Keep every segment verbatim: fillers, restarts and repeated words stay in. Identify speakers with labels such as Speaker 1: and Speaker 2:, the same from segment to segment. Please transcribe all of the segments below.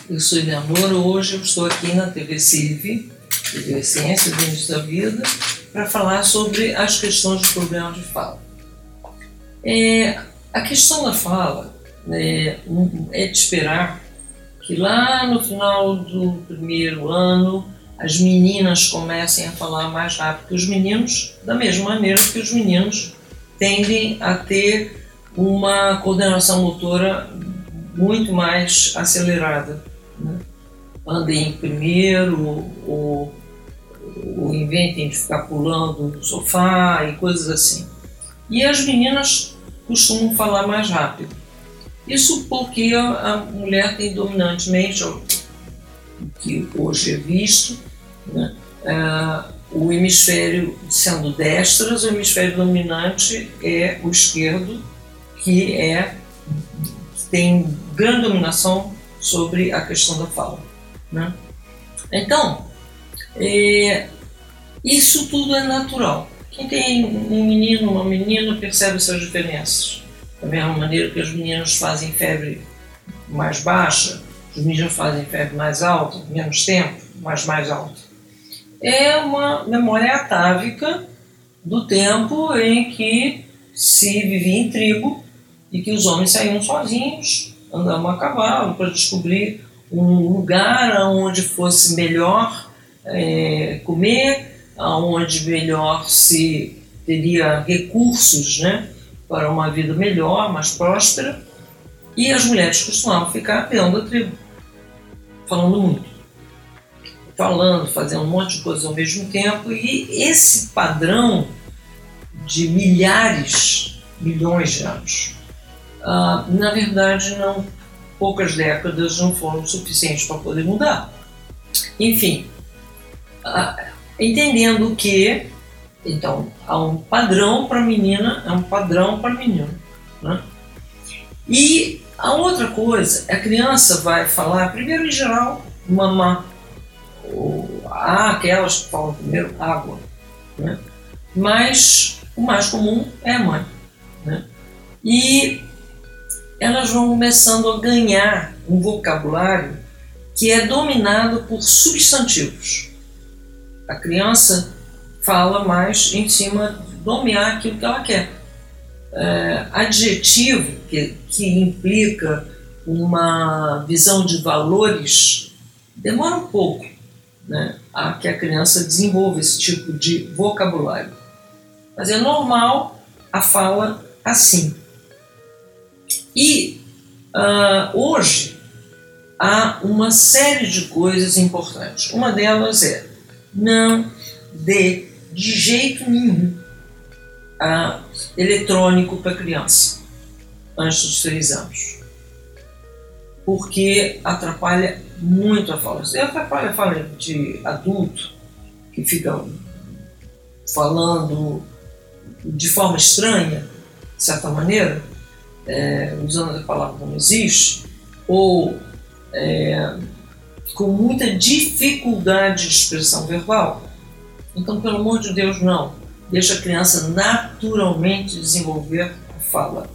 Speaker 1: Eu sou Eleonora, hoje eu estou aqui na T V CIV, T V Ciência do Início da Vida, para falar sobre as questões do problema de fala. É, a questão da fala é, é de esperar que lá no final do primeiro ano as meninas comecem a falar mais rápido que os meninos, da mesma maneira que os meninos tendem a ter uma coordenação motora muito mais acelerada, né? Andem primeiro, ou, ou inventem de ficar pulando no sofá e coisas assim. E as meninas costumam falar mais rápido. Isso porque a, a mulher tem dominantemente, o que hoje é visto, né, uh, o hemisfério sendo destras, o hemisfério dominante é o esquerdo, que é, tem grande dominação sobre a questão da fala, né? Então, é, isso tudo é natural. Quem tem um menino, uma menina, percebe essas diferenças. Da mesma maneira que as meninas fazem febre mais baixa, os meninos fazem febre mais alta, menos tempo, mas mais alta. É uma memória atávica do tempo em que se vivia em tribo e que os homens saíam sozinhos, andavam a cavalo para descobrir um lugar onde fosse melhor é, comer, onde melhor se teria recursos, né, para uma vida melhor, mais próspera, e as mulheres costumavam ficar dentro da tribo, falando muito, falando, fazendo um monte de coisas ao mesmo tempo, e esse padrão de milhares, milhões de anos, uh, na verdade, não, poucas décadas não foram suficientes para poder mudar. Enfim, uh, entendendo que então, há um padrão para a menina, é um padrão para o menino, né? E a outra coisa, a criança vai falar, primeiro em geral, mamá, ou há aquelas que falam primeiro água, né? Mas o mais comum é a mãe, né? E elas vão começando a ganhar um vocabulário que é dominado por substantivos. A criança fala mais em cima de nomear aquilo que ela quer. É, adjetivo, que, que implica uma visão de valores, demora um pouco, né, a que a criança desenvolva esse tipo de vocabulário. Mas é normal a fala assim. E uh, hoje há uma série de coisas importantes. Uma delas é não dê de jeito nenhum a eletrônico para criança antes dos três anos, porque atrapalha muito a fala. E atrapalha a fala de adulto que fica falando de forma estranha, de certa maneira, é, usando a palavra que não existe, ou é, com muita dificuldade de expressão verbal. Então, pelo amor de Deus, não. Deixa a criança naturalmente desenvolver a fala.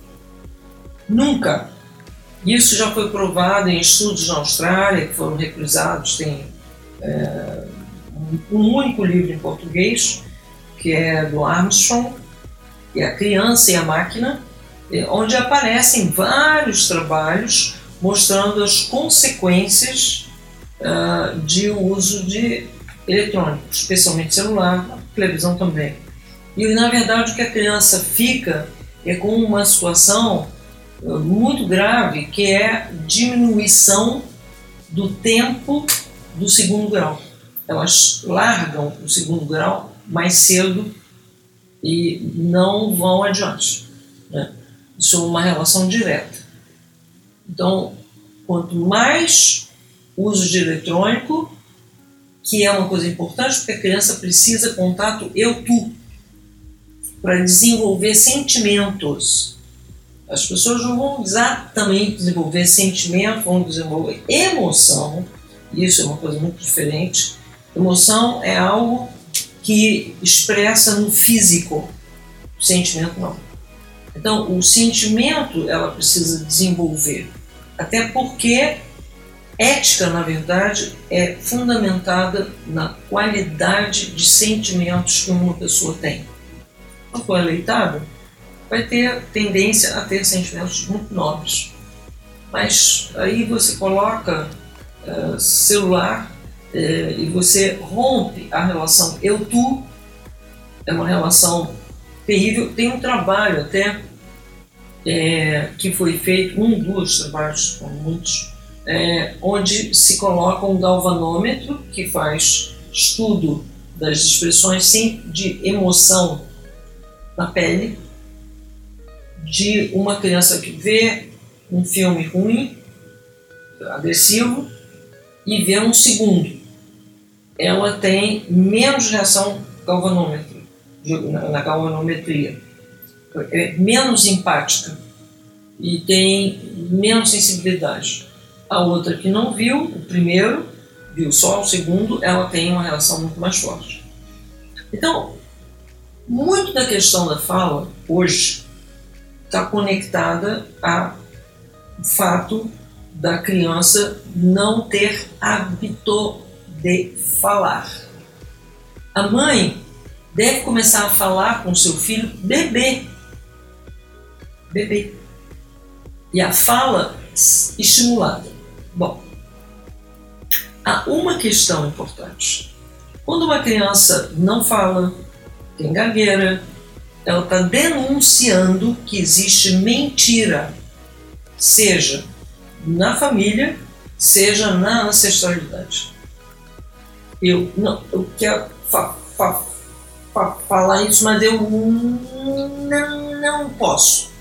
Speaker 1: Nunca. Isso já foi provado em estudos na Austrália, que foram reprisados. Tem é, um único livro em português, que é do Armstrong, que é A Criança e a Máquina, onde aparecem vários trabalhos mostrando as consequências uh, de uso de eletrônico, especialmente celular, televisão também. E, na verdade, o que a criança fica é com uma situação muito grave, que é a diminuição do tempo do segundo grau. Elas largam o segundo grau mais cedo e não vão adiante, né? Isso é uma relação direta. Então, quanto mais uso de eletrônico, que é uma coisa importante, porque a criança precisa contato eu-tu para desenvolver sentimentos. As pessoas não vão exatamente desenvolver sentimento, vão desenvolver emoção, e isso é uma coisa muito diferente. Emoção é algo que expressa no físico, sentimento não. Então, o sentimento ela precisa desenvolver, até porque Ética, na verdade, é fundamentada na qualidade de sentimentos que uma pessoa tem. Quando for eleitada, vai ter tendência a ter sentimentos muito nobres. Mas aí você coloca uh, celular uh, e você rompe a relação eu-tu, é uma relação terrível. Tem um trabalho até é, que foi feito, um dos trabalhos, com muitos, é, onde se coloca um galvanômetro que faz estudo das expressões de emoção na pele de uma criança que vê um filme ruim, agressivo, e vê um segundo. Ela tem menos reação galvanômetro, na galvanometria, é menos empática e tem menos sensibilidade. A outra que não viu o primeiro, viu só o segundo, ela tem uma relação muito mais forte. Então, muito da questão da fala, hoje, está conectada ao fato da criança não ter hábito de falar. A mãe deve começar a falar com seu filho bebê. Bebê. E a fala estimulada. Bom, há uma questão importante. Quando uma criança não fala, tem gagueira, ela está denunciando que existe mentira, seja na família, seja na ancestralidade. Eu não, eu quero fa, fa, fa, falar isso, mas eu não, não posso.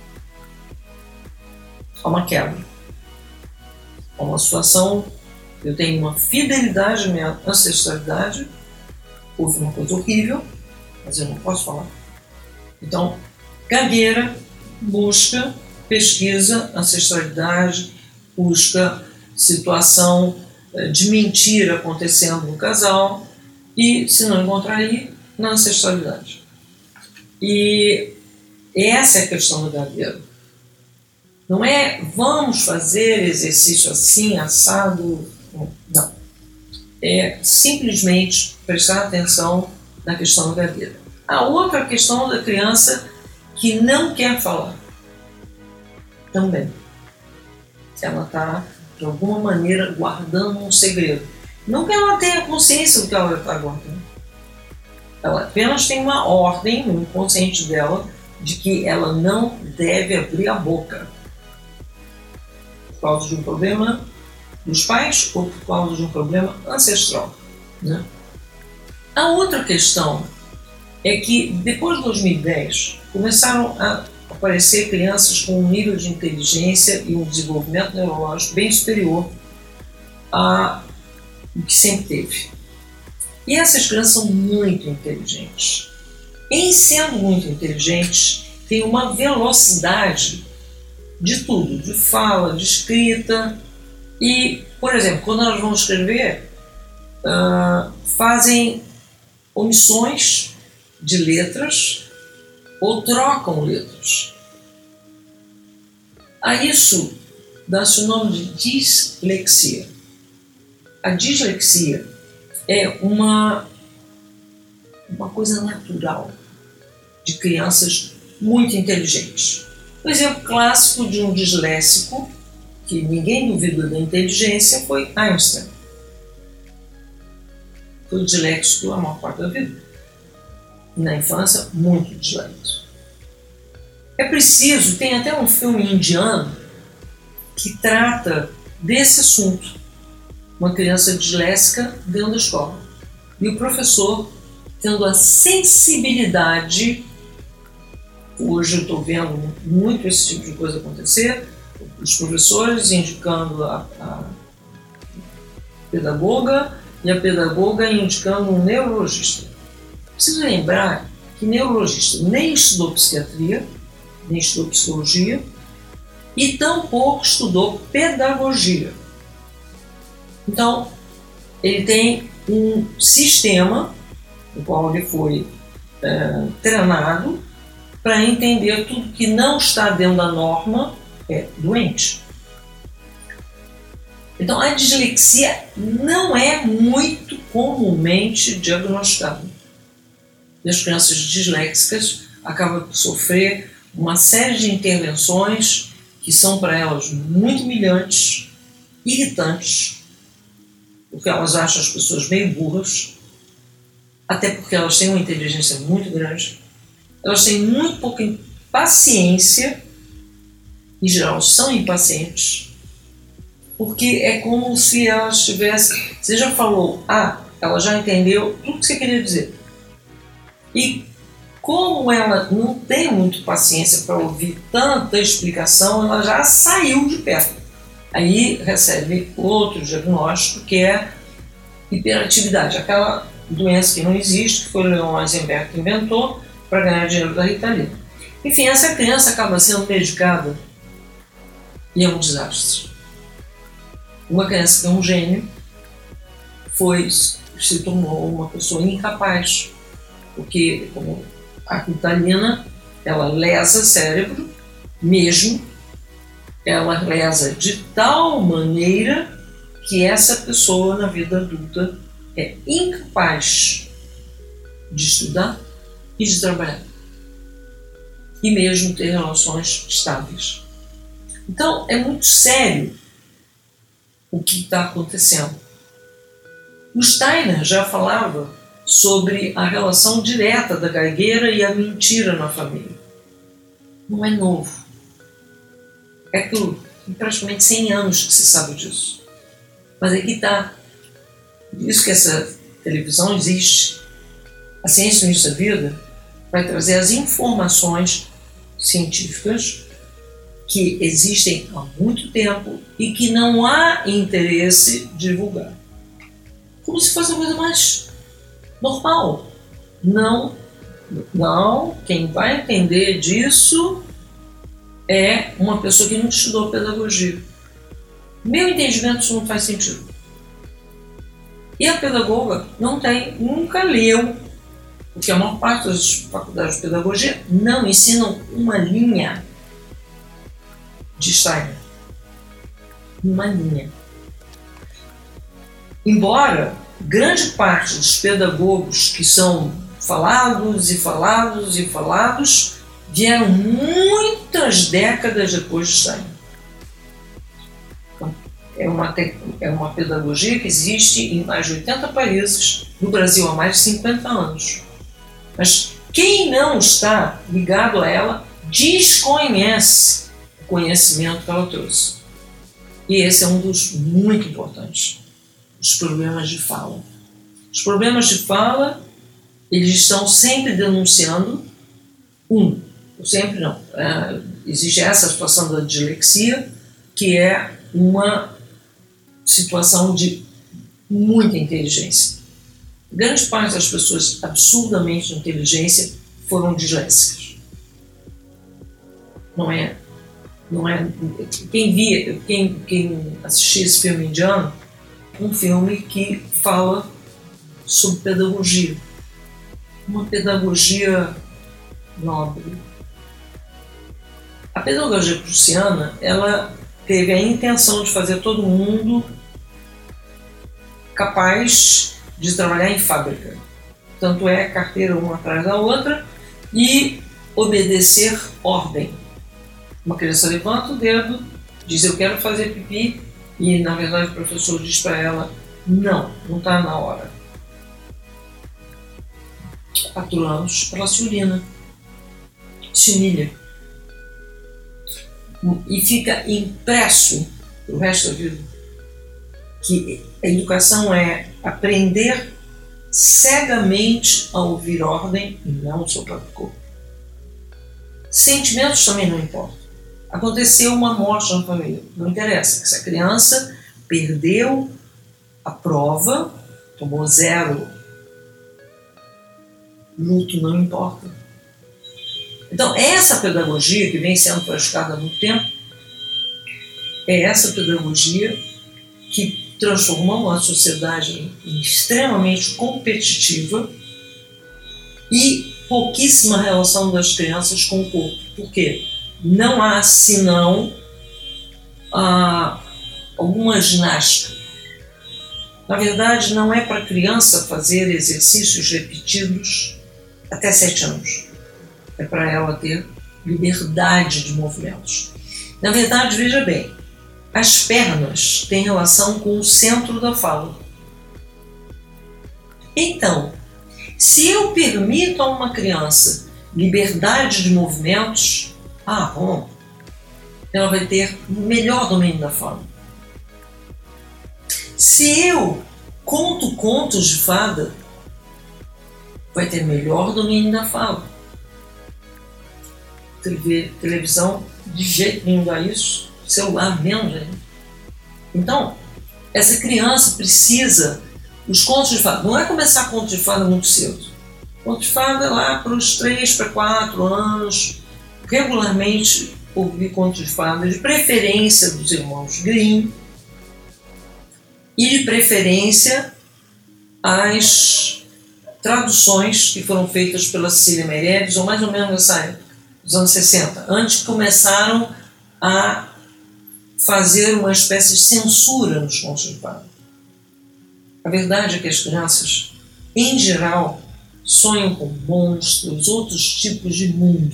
Speaker 1: Há uma quebra. Há uma situação, eu tenho uma fidelidade à minha ancestralidade, houve uma coisa horrível, mas eu não posso falar. Então, gagueira, busca, pesquisa, ancestralidade, busca situação de mentira acontecendo no casal e, se não encontrar aí, na ancestralidade. E essa é a questão do gagueiro. Não é vamos fazer exercício assim, assado, não. É simplesmente prestar atenção na questão da gagueira. A outra questão da criança que não quer falar. Também. Ela está, de alguma maneira, guardando um segredo. Não que ela tenha consciência do que ela está guardando. Ela apenas tem uma ordem no inconsciente dela de que ela não deve abrir a boca. Por causa de um problema dos pais ou por causa de um problema ancestral. Né? A outra questão é que, depois de dois mil e dez, começaram a aparecer crianças com um nível de inteligência e um desenvolvimento neurológico bem superior ao que sempre teve. E essas crianças são muito inteligentes. Em sendo muito inteligentes, tem uma velocidade de tudo, de fala, de escrita. E, por exemplo, quando elas vão escrever, uh, fazem omissões de letras ou trocam letras. A isso dá-se o nome de dislexia. A dislexia é uma, uma coisa natural de crianças muito inteligentes. O exemplo clássico de um disléxico, que ninguém duvida da inteligência, foi Einstein. Foi disléxico a maior parte da vida. Na infância, muito disléxico. É preciso, tem até um filme indiano que trata desse assunto. Uma criança disléxica dentro da escola. E o professor tendo a sensibilidade, hoje eu estou vendo muito esse tipo de coisa acontecer, os professores indicando a, a pedagoga e a pedagoga indicando um neurologista. Preciso lembrar que neurologista nem estudou psiquiatria, nem estudou psicologia e tampouco estudou pedagogia. Então, ele tem um sistema no qual ele foi é, treinado para entender tudo que não está dentro da norma é doente. Então, a dislexia não é muito comumente diagnosticada. E as crianças disléxicas acabam por sofrer uma série de intervenções que são para elas muito humilhantes, irritantes, porque elas acham as pessoas meio burras, até porque elas têm uma inteligência muito grande, elas têm muito pouca paciência, em geral são impacientes, porque é como se elas tivessem... Você já falou A, ela já entendeu tudo que você queria dizer. E como ela não tem muito paciência para ouvir tanta explicação, ela já saiu de perto. Aí recebe outro diagnóstico, que é hiperatividade, aquela doença que não existe, que foi o Leon Eisenberg que inventou para ganhar dinheiro da Ritalina. Enfim, essa criança acaba sendo medicada e é um desastre. Uma criança que é um gênio foi, se tornou uma pessoa incapaz, porque como a Ritalina, ela lesa o cérebro mesmo, ela lesa de tal maneira que essa pessoa na vida adulta é incapaz de estudar e de trabalhar e mesmo ter relações estáveis. Então é muito sério o que está acontecendo. O Steiner já falava sobre a relação direta da gagueira e a mentira na família. Não é novo. É que tem praticamente cem anos que se sabe disso. Mas aqui está. Por isso que essa televisão existe. A Ciência no Início da Vida vai trazer as informações científicas que existem há muito tempo e que não há interesse de divulgar. Como se fosse uma coisa mais normal. Não, não, quem vai entender disso é uma pessoa que não estudou pedagogia. Meu entendimento, isso não faz sentido. E a pedagoga não tem, nunca leu, porque a maior parte das faculdades de pedagogia não ensinam uma linha de Steiner. Uma linha. Embora grande parte dos pedagogos que são falados e falados e falados vieram muitas décadas depois de Steiner. Então, é uma, é uma pedagogia que existe em mais de oitenta países, no Brasil há mais de cinquenta anos. Mas quem não está ligado a ela desconhece o conhecimento que ela trouxe. E esse é um dos muito importantes, os problemas de fala. Os problemas de fala, eles estão sempre denunciando, um, sempre não, é, existe essa situação da dislexia, que é uma situação de muita inteligência. Grande parte das pessoas absurdamente inteligentes foram disléxicas. Não é, não é. Quem via, quem, quem assistia esse filme indiano, um filme que fala sobre pedagogia, uma pedagogia nobre. A pedagogia prussiana, ela teve a intenção de fazer todo mundo capaz de trabalhar em fábrica. Tanto é carteira uma atrás da outra e obedecer ordem. Uma criança levanta o dedo, diz eu quero fazer pipi e na verdade o professor diz para ela não, não está na hora. Há quatro anos ela se urina, se humilha e fica impresso para o resto da vida que a educação é aprender cegamente a ouvir ordem e não o seu próprio corpo. Sentimentos também não importam. Aconteceu uma morte na família, não interessa. Se a criança perdeu a prova, tomou zero, luto não importa. Então, essa pedagogia que vem sendo praticada há muito tempo, é essa pedagogia que transformou uma sociedade extremamente competitiva e pouquíssima relação das crianças com o corpo. Por quê? Não há senão a, alguma ginástica. Na verdade, não é para a criança fazer exercícios repetidos até sete anos. É para ela ter liberdade de movimentos. Na verdade, veja bem, as pernas têm relação com o centro da fala. Então, se eu permito a uma criança liberdade de movimentos, ah, bom, ela vai ter melhor domínio da fala. Se eu conto contos de fada, vai ter melhor domínio da fala. Tele- televisão, de jeito nenhum dá isso, celular menos ainda. Então, essa criança precisa, os contos de fada, não é começar conto de fada muito cedo. Conto de fada é lá para os três para quatro anos, regularmente ouvir contos de fada, de preferência dos irmãos Grimm, e de preferência as traduções que foram feitas pela Cecília Meirelles, ou mais ou menos nessa época, dos anos sessenta, antes que começaram a fazer uma espécie de censura nos contos de fada. A verdade é que as crianças, em geral, sonham com monstros, outros tipos de mundo.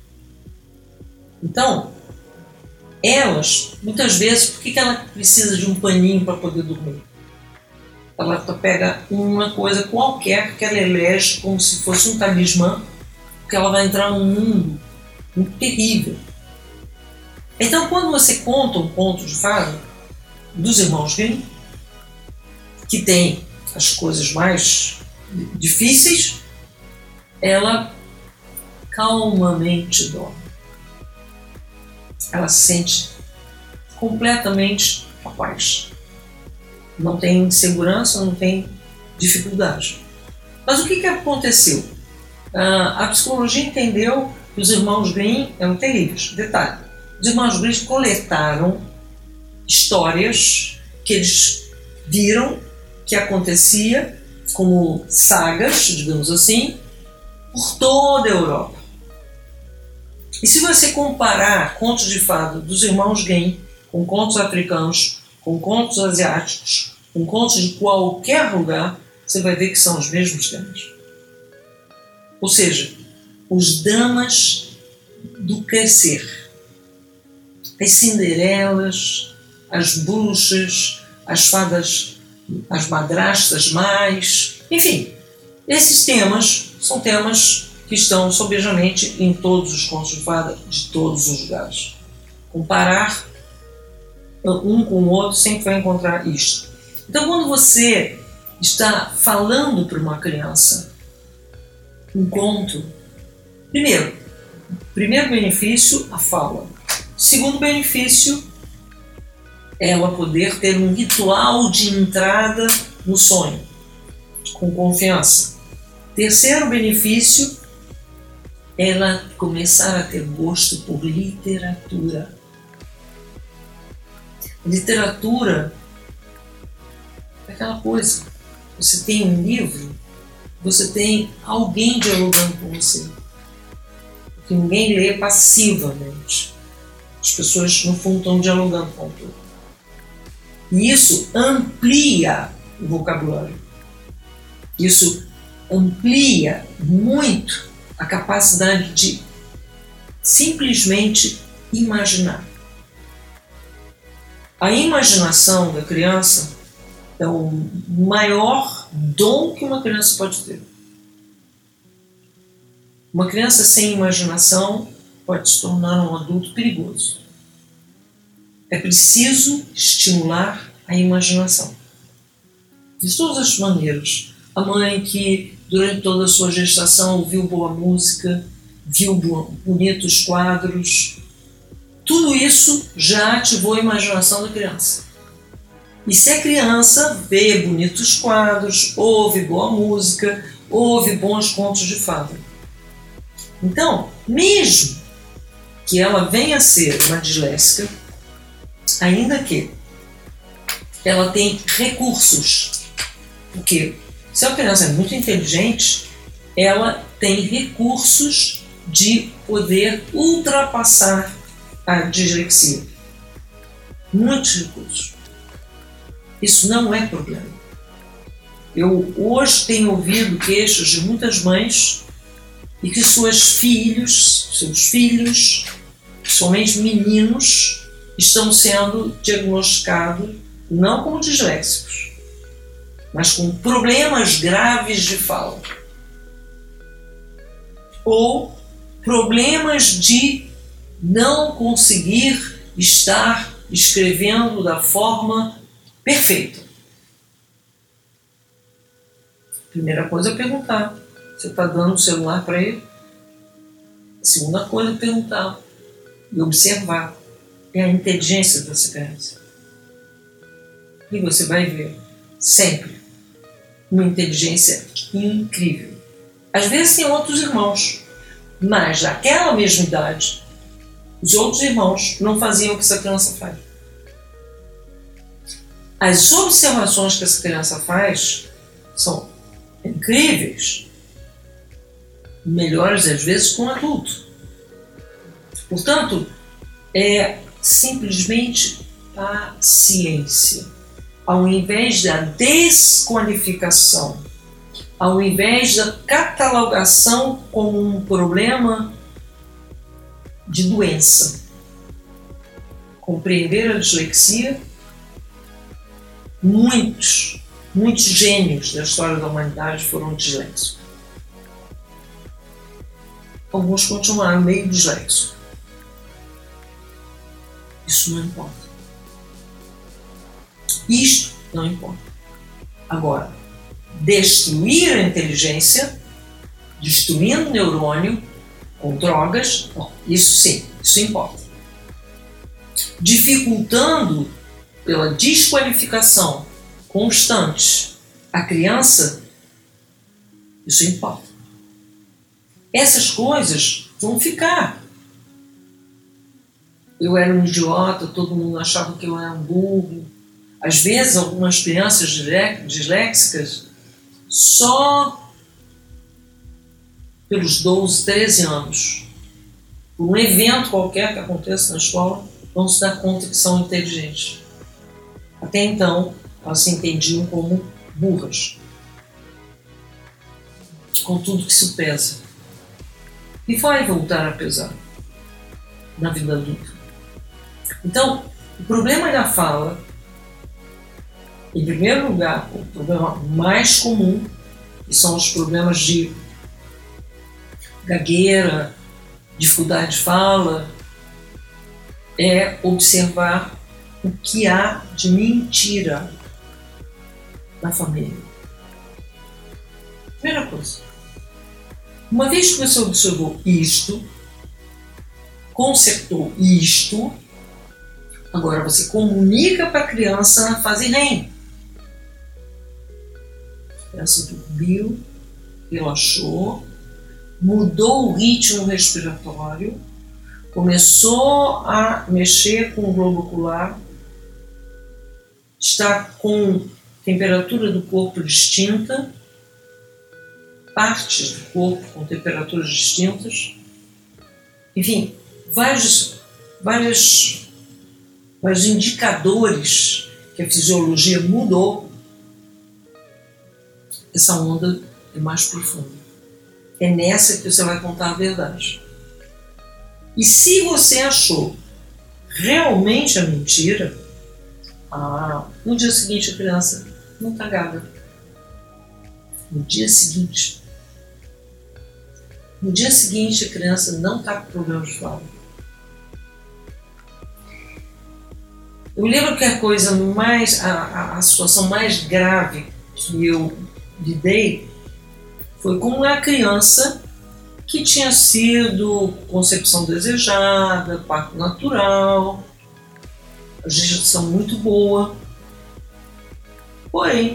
Speaker 1: Então, elas, muitas vezes, por que ela precisa de um paninho para poder dormir? Ela pega uma coisa qualquer que ela elege como se fosse um talismã, porque ela vai entrar num mundo muito terrível. Então, quando você conta um conto de fada dos irmãos Grimm, que tem as coisas mais difíceis, ela calmamente dorme. Ela se sente completamente capaz. Não tem insegurança, não tem dificuldade. Mas o que, que aconteceu? Ah, a psicologia entendeu que os irmãos Grimm eram terríveis. Detalhe, os irmãos Grimm coletaram histórias que eles viram que acontecia como sagas, digamos assim, por toda a Europa. E se você comparar contos de fada dos irmãos Grimm com contos africanos, com contos asiáticos, com contos de qualquer lugar, você vai ver que são os mesmos temas. Ou seja, os dramas do crescer. As cinderelas, as bruxas, as fadas, as madrastas mais, enfim, esses temas são temas que estão sobejamente em todos os contos de fada de todos os lugares. Comparar um com o outro sempre vai encontrar isto. Então, quando você está falando para uma criança um conto, primeiro, primeiro benefício, a fala. Segundo benefício, ela poder ter um ritual de entrada no sonho, com confiança. Terceiro benefício, ela começar a ter gosto por literatura. Literatura é aquela coisa, você tem um livro, você tem alguém dialogando com você. Porque ninguém lê passivamente. As pessoas, no fundo, estão dialogando com o autor. E isso amplia o vocabulário. Isso amplia muito a capacidade de simplesmente imaginar. A imaginação da criança é o maior dom que uma criança pode ter. Uma criança sem imaginação pode se tornar um adulto perigoso. É preciso estimular a imaginação. De todas as maneiras. A mãe que, durante toda a sua gestação, ouviu boa música, viu bonitos quadros, tudo isso já ativou a imaginação da criança. E se a criança vê bonitos quadros, ouve boa música, ouve bons contos de fada. Então, mesmo que ela venha a ser uma disléxica, ainda que ela tem recursos, porque se a criança é muito inteligente, ela tem recursos de poder ultrapassar a dislexia. Muitos recursos. Isso não é problema. Eu hoje tenho ouvido queixas de muitas mães e que seus filhos, seus filhos, somente meninos, estão sendo diagnosticados não como disléxicos, mas com problemas graves de fala. Ou problemas de não conseguir estar escrevendo da forma perfeita. Primeira coisa é perguntar. Você está dando o celular para ele? A segunda coisa é perguntar e observar. É a inteligência dessa criança. E você vai ver sempre uma inteligência incrível. Às vezes tem outros irmãos, mas naquela mesma idade, os outros irmãos não faziam o que essa criança faz. As observações que essa criança faz são incríveis, melhores às vezes com o adulto. Portanto, é simplesmente paciência. Ao invés da desqualificação, ao invés da catalogação como um problema de doença. Compreender a dislexia, muitos, muitos gênios da história da humanidade foram disléxicos. Alguns continuaram meio disléxicos. Isso não importa. Isto não importa. Agora, destruir a inteligência, destruindo o neurônio com drogas, bom, isso sim, isso importa. Dificultando pela desqualificação constante a criança, isso importa. Essas coisas vão ficar. Eu era um idiota, todo mundo achava que eu era um burro. Às vezes, algumas crianças disléxicas, só pelos doze, treze anos, por um evento qualquer que aconteça na escola, vão se dar conta que são inteligentes. Até então, elas se entendiam como burras, com tudo que se pesa. E vai voltar a pesar na vida adulta. Então, o problema da fala, em primeiro lugar, o problema mais comum, que são os problemas de gagueira, dificuldade de fala, é observar o que há de mentira na família. Primeira coisa. Uma vez que você observou isto, consertou isto, agora você comunica para a criança na fase REM. A criança dormiu, relaxou, mudou o ritmo respiratório, começou a mexer com o globo ocular, está com temperatura do corpo distinta, partes do corpo com temperaturas distintas, enfim, vários, vários, vários indicadores que a fisiologia mudou. Essa onda é mais profunda. É nessa que você vai contar a verdade. E se você achou realmente a mentira, ah, no dia seguinte a criança não está gaga. No dia seguinte. No dia seguinte a criança não está com problemas de fala. Eu lembro que a coisa mais, a, a, a situação mais grave que eu lidei foi com uma criança que tinha sido concepção desejada, parto natural, gestação muito boa. Porém,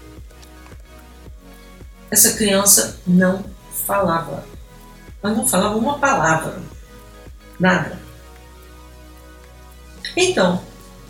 Speaker 1: essa criança não falava. Mas não falava uma palavra. Nada. Então,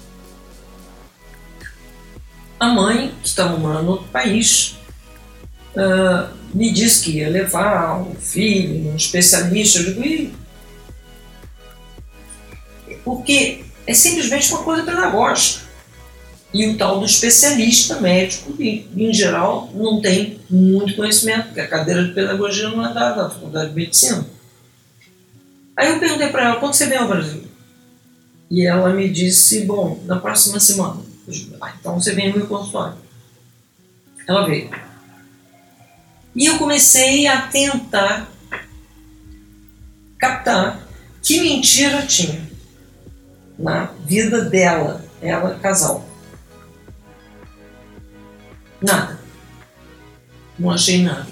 Speaker 1: a mãe, que estava morando em outro país, uh, me disse que ia levar o filho, um especialista. Eu digo, Ih, porque é simplesmente uma coisa pedagógica. e o tal do especialista médico, que em geral não tem muito conhecimento, porque a cadeira de pedagogia não é dada na faculdade de medicina. Aí eu perguntei para ela, quando você vem ao Brasil? E ela me disse, bom, na próxima semana. Eu disse, ah, então você vem no meu consultório. Ela veio. E eu comecei a tentar captar que mentira tinha na vida dela, ela casal. Nada. Não achei nada.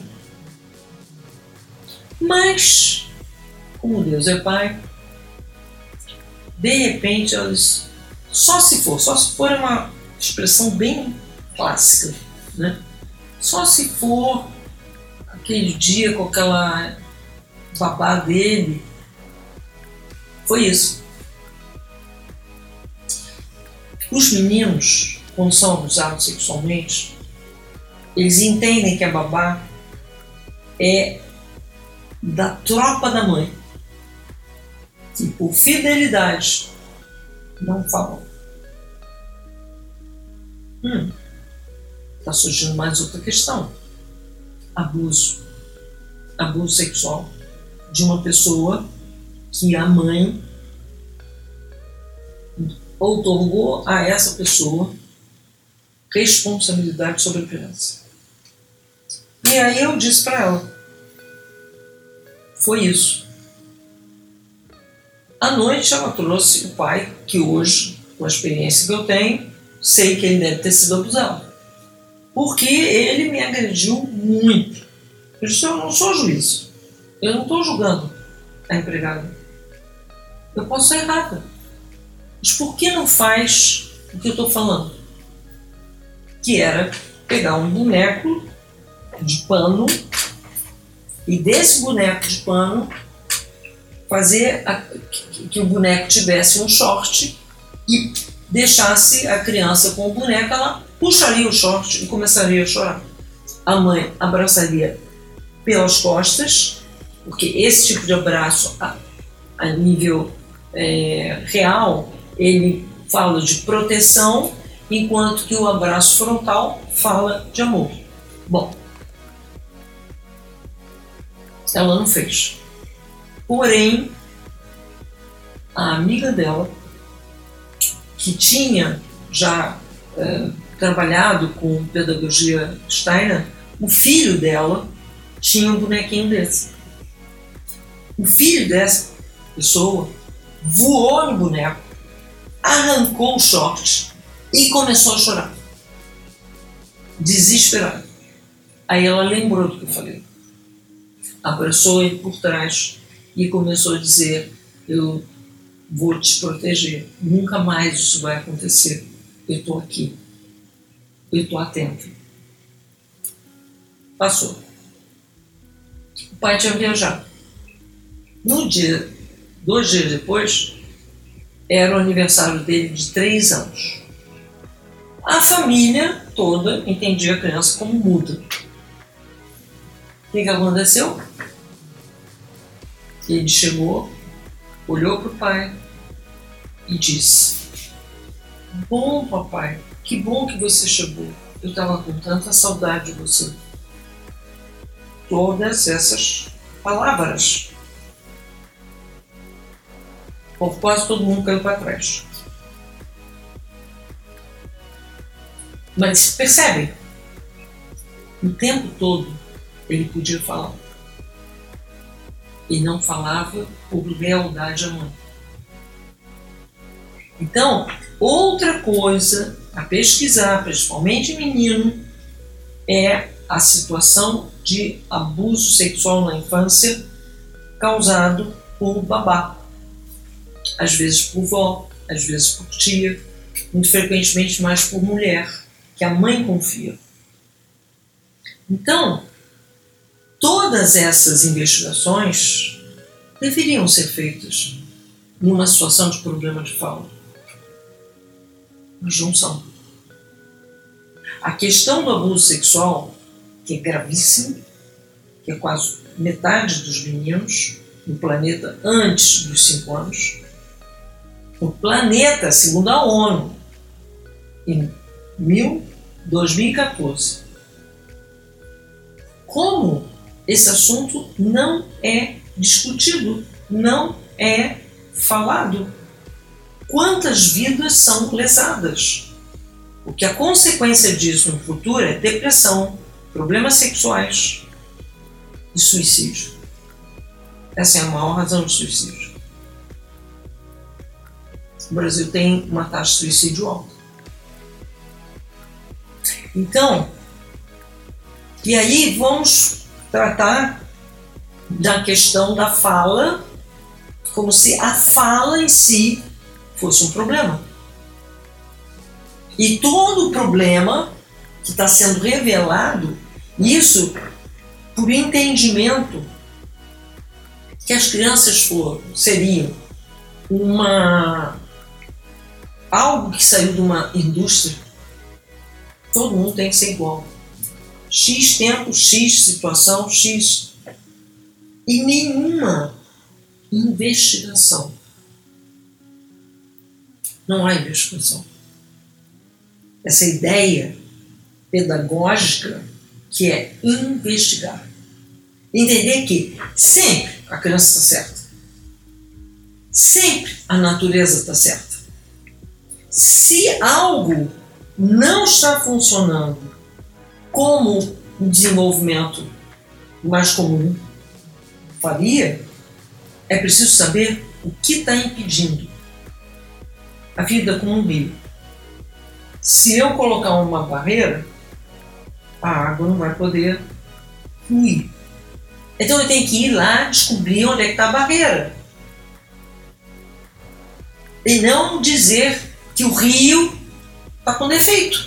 Speaker 1: Mas, como Deus é Pai, de repente ela disse, só se for, só se for é uma expressão bem clássica, né? Só se for aquele dia com aquela babá dele, foi isso. Os meninos, quando são abusados sexualmente, eles entendem que a babá é da tropa da mãe. E por fidelidade, não falam. Hum, está surgindo mais outra questão. Abuso. Abuso sexual de uma pessoa que a mãe outorgou a essa pessoa responsabilidade sobre a criança. E aí eu disse para ela, foi isso. À noite ela trouxe o pai, que hoje, com a experiência que eu tenho, sei que ele deve ter sido abusado. Porque ele me agrediu muito. Eu disse, eu não sou juiz. Eu não estou julgando a empregada. Eu posso estar errada. Mas por que não faz o que eu estou falando? Que era pegar um boneco de pano e desse boneco de pano fazer a, que, que o boneco tivesse um short e deixasse a criança com o boneco, ela puxaria o short e começaria a chorar. A mãe abraçaria pelas costas, porque esse tipo de abraço a, a nível é, real, ele fala de proteção, enquanto que o abraço frontal fala de amor. Bom, ela não fez. Porém, a amiga dela, que tinha já é, trabalhado com pedagogia Steiner, o filho dela tinha um bonequinho desse. O filho dessa pessoa voou no boneco, arrancou o short e começou a chorar. Desesperado. Aí ela lembrou do que eu falei. Abraçou ele por trás e começou a dizer, eu vou te proteger. Nunca mais isso vai acontecer. Eu estou aqui. Eu estou atento. Passou. O pai tinha viajado. No dia, dois dias depois, era o aniversário dele de três anos. A família toda entendia a criança como muda. O que que aconteceu? Ele chegou, olhou para o pai e disse, bom papai, que bom que você chegou. Eu estava com tanta saudade de você. Todas essas palavras. Quase todo mundo caiu para trás. Mas percebe? O tempo todo ele podia falar. E não falava por lealdade à mãe. Então, outra coisa a pesquisar, principalmente menino, é a situação de abuso sexual na infância causado por babá. Às vezes por vó, às vezes por tia, muito frequentemente mais por mulher, que a mãe confia. Então, todas essas investigações deveriam ser feitas numa situação de problema de fala. Mas não são. A questão do abuso sexual, que é gravíssimo, que é quase metade dos meninos no planeta antes dos cinco anos, o planeta, segundo a ONU, e dois mil e quatorze. Como esse assunto não é discutido, não é falado? Quantas vidas são lesadas? Porque a consequência disso no futuro é depressão, problemas sexuais e suicídio. Essa é a maior razão de suicídio. O Brasil tem uma taxa de suicídio alta. Então, e aí vamos tratar da questão da fala, como se a fala em si fosse um problema. E todo o problema que está sendo revelado, isso por entendimento que as crianças foram, seriam uma, algo que saiu de uma indústria. Todo mundo tem que ser igual. X tempo, X situação, X. E nenhuma investigação. Não há investigação. Essa ideia pedagógica que é investigar. Entender que sempre a criança está certa. Sempre a natureza está certa. Se algo não está funcionando como o desenvolvimento mais comum faria, é preciso saber o que está impedindo. A vida como um rio. Se eu colocar uma barreira, a água não vai poder fluir. Então eu tenho que ir lá descobrir onde é que está a barreira. E não dizer que o rio está com defeito.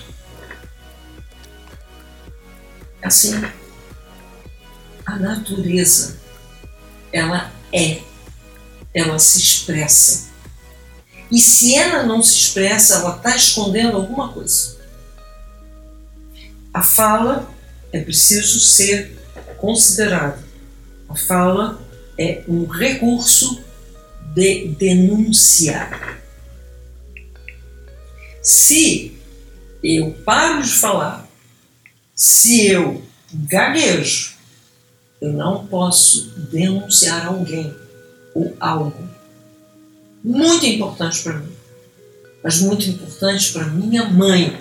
Speaker 1: Assim, a natureza, ela é, ela se expressa. E se ela não se expressa, ela está escondendo alguma coisa. A fala é preciso ser considerada. A fala é um recurso de denunciar. Se eu paro de falar, se eu gaguejo, eu não posso denunciar alguém ou algo. Muito importante para mim, mas muito importante para minha mãe.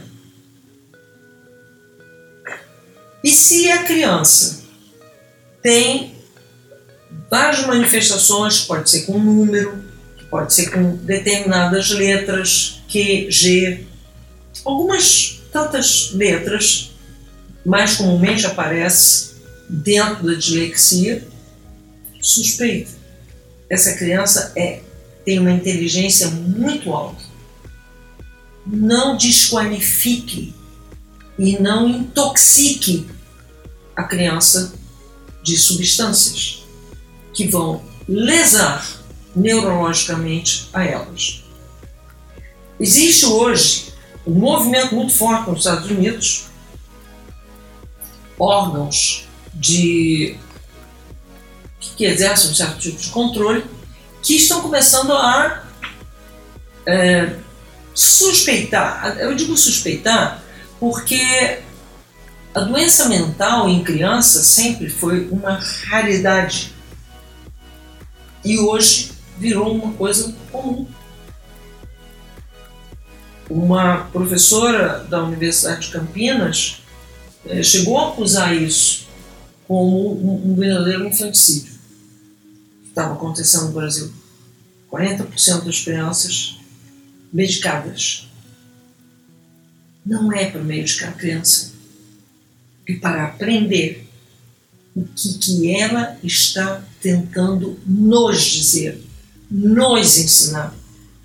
Speaker 1: E se a criança tem várias manifestações, pode ser com número, pode ser com determinadas letras, Q, G, algumas tantas letras, mais comumente aparece dentro da dislexia, suspeita. Essa criança é, tem uma inteligência muito alta. Não desqualifique e não intoxique a criança de substâncias que vão lesar neurologicamente a elas. Existe hoje um movimento muito forte nos Estados Unidos, órgãos de, que exercem um certo tipo de controle, que estão começando a é, suspeitar. Eu digo suspeitar porque a doença mental em criança sempre foi uma raridade e hoje virou uma coisa comum. Uma professora da Universidade de Campinas eh, chegou a acusar isso como um, um verdadeiro infanticídio que estava acontecendo no Brasil. quarenta por cento das crianças medicadas. Não é para medicar a criança, é para aprender o que, que ela está tentando nos dizer, nos ensinar,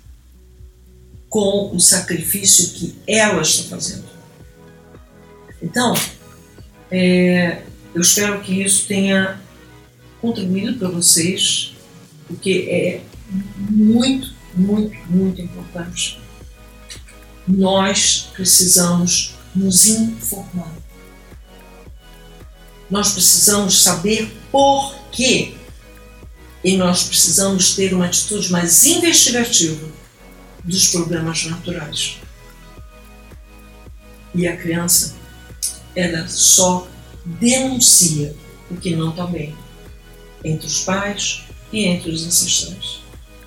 Speaker 1: com o sacrifício que ela está fazendo. Então, é, eu espero que isso tenha contribuído para vocês, porque é muito, muito, muito importante. Nós precisamos nos informar. Nós precisamos saber por quê. E nós precisamos ter uma atitude mais investigativa dos problemas naturais. E a criança, ela só denuncia o que não está bem entre os pais e entre os ancestrais.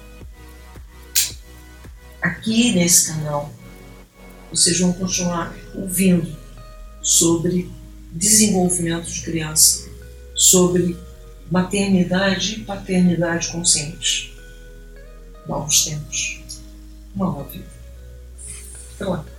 Speaker 1: Aqui nesse canal, vocês vão continuar ouvindo sobre desenvolvimento de criança, sobre maternidade e paternidade consciente. Novos tempos, uma nova vida. Até lá.